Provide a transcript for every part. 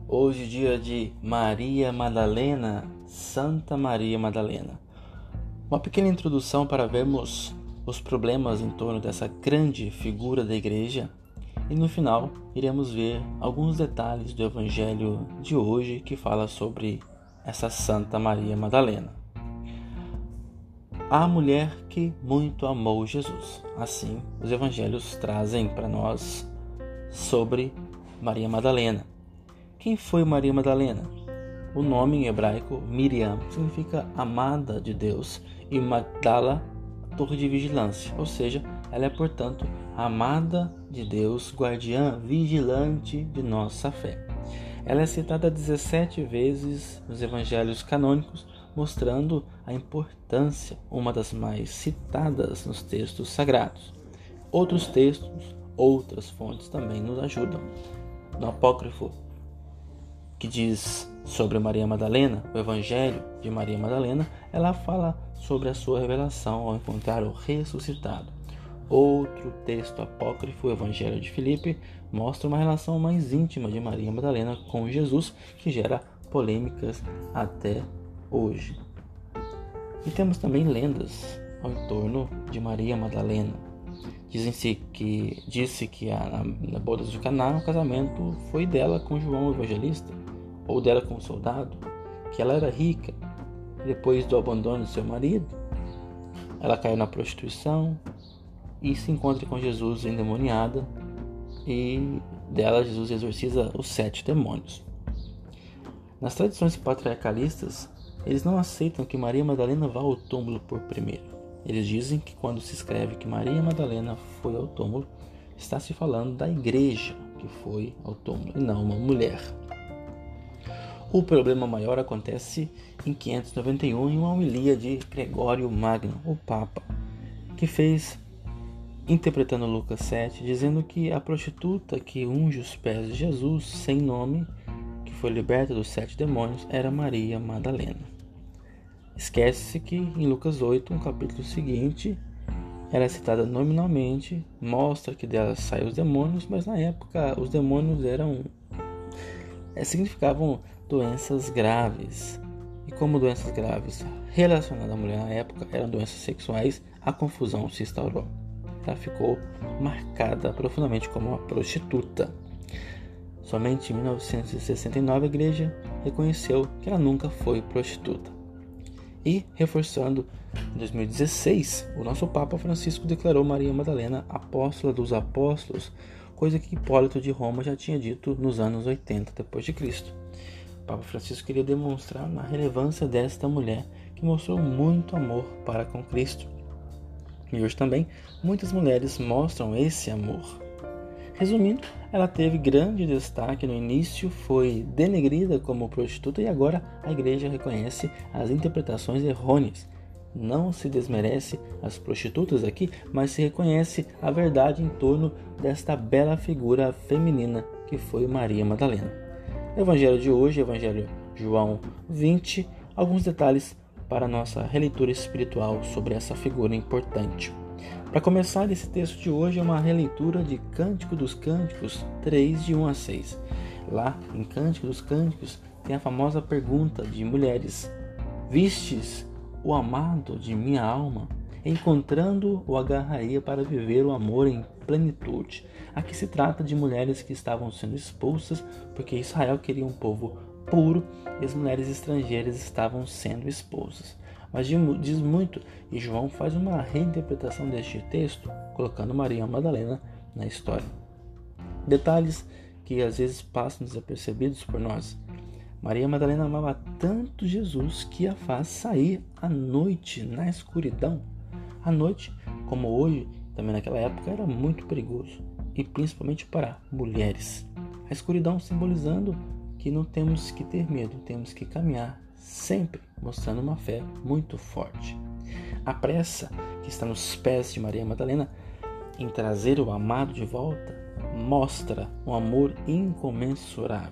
Hoje, dia de Maria Madalena, Santa Maria Madalena. Uma pequena introdução para vermos os problemas em torno dessa grande figura da igreja e no final iremos ver alguns detalhes do evangelho de hoje que fala sobre essa Santa Maria Madalena. A mulher que muito amou Jesus. Assim, os evangelhos trazem para nós sobre Maria Madalena. Quem foi Maria Madalena? O nome em hebraico, Miriam, significa amada de Deus e Magdala, torre de vigilância, ou seja, ela é, portanto, amada de Deus, guardiã, vigilante de nossa fé. Ela é citada 17 vezes nos evangelhos canônicos, mostrando a importância, uma das mais citadas nos textos sagrados. Outros textos, outras fontes também nos ajudam. No apócrifo que diz sobre Maria Madalena, o Evangelho de Maria Madalena, ela fala sobre a sua revelação ao encontrar o ressuscitado. Outro texto apócrifo, o Evangelho de Filipe, mostra uma relação mais íntima de Maria Madalena com Jesus, que gera polêmicas até hoje. E temos também lendas ao entorno de Maria Madalena. Disse que na boda de Caná o casamento foi dela com João o Evangelista, ou dela com o soldado, que ela era rica. Depois do abandono de seu marido, ela caiu na prostituição e se encontra com Jesus endemoniada, e dela Jesus exorciza os 7 demônios. Nas tradições patriarcalistas, eles não aceitam que Maria Madalena vá ao túmulo por primeiro. Eles dizem que quando se escreve que Maria Madalena foi ao túmulo, está se falando da igreja que foi ao túmulo e não uma mulher. O problema maior acontece em 591 em uma homilia de Gregório Magno, o Papa, que fez, interpretando Lucas 7, dizendo que a prostituta que unge os pés de Jesus sem nome, que foi liberta dos 7 demônios, era Maria Madalena. Esquece-se que em Lucas 8, um capítulo seguinte, ela é citada nominalmente, mostra que dela saem os demônios, mas na época os demônios significavam doenças graves. E como doenças graves relacionadas à mulher na época eram doenças sexuais, a confusão se instaurou. Ela ficou marcada profundamente como uma prostituta. Somente em 1969 a igreja reconheceu que ela nunca foi prostituta. E, reforçando, em 2016, o nosso Papa Francisco declarou Maria Madalena apóstola dos apóstolos, coisa que Hipólito de Roma já tinha dito nos anos 80 d.C. O Papa Francisco queria demonstrar a relevância desta mulher que mostrou muito amor para com Cristo. E hoje também muitas mulheres mostram esse amor. Resumindo, ela teve grande destaque no início, foi denegrida como prostituta e agora a igreja reconhece as interpretações errôneas. Não se desmerece as prostitutas aqui, mas se reconhece a verdade em torno desta bela figura feminina que foi Maria Madalena. O evangelho de hoje, Evangelho João 20, alguns detalhes para nossa releitura espiritual sobre essa figura importante. Para começar, esse texto de hoje é uma releitura de Cântico dos Cânticos 3, de 1 a 6. Lá, em Cântico dos Cânticos, tem a famosa pergunta de mulheres: vistes o amado de minha alma? Encontrando o agarraria para viver o amor em plenitude. Aqui se trata de mulheres que estavam sendo expulsas porque Israel queria um povo puro e as mulheres estrangeiras estavam sendo expulsas. Mas diz muito, e João faz uma reinterpretação deste texto, colocando Maria Madalena na história. Detalhes que às vezes passam desapercebidos por nós. Maria Madalena amava tanto Jesus que a faz sair à noite, na escuridão. À noite, como hoje, também naquela época, era muito perigoso, e principalmente para mulheres. A escuridão simbolizando que não temos que ter medo, temos que caminhar sempre mostrando uma fé muito forte. A pressa que está nos pés de Maria Madalena em trazer o amado de volta mostra um amor incomensurável.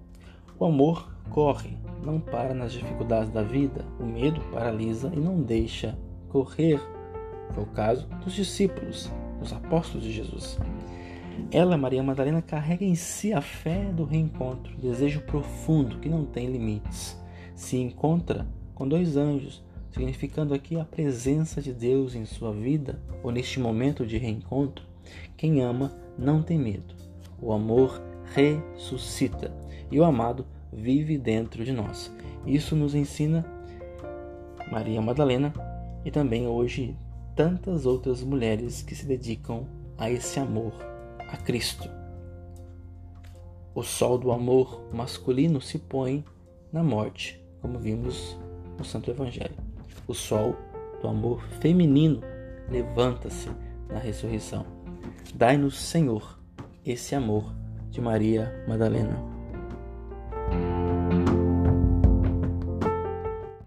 O amor corre, não para nas dificuldades da vida. O medo paralisa e não deixa correr. Foi o caso dos discípulos, dos apóstolos de Jesus. Ela, Maria Madalena, carrega em si a fé do reencontro, desejo profundo que não tem limites. Se encontra com 2 anjos, significando aqui a presença de Deus em sua vida, ou neste momento de reencontro. Quem ama não tem medo. O amor ressuscita e o amado vive dentro de nós. Isso nos ensina Maria Madalena e também hoje tantas outras mulheres que se dedicam a esse amor a Cristo. O sol do amor masculino se põe na morte, como vimos no Santo Evangelho. O sol do amor feminino levanta-se na ressurreição. Dai-nos, Senhor, esse amor de Maria Madalena.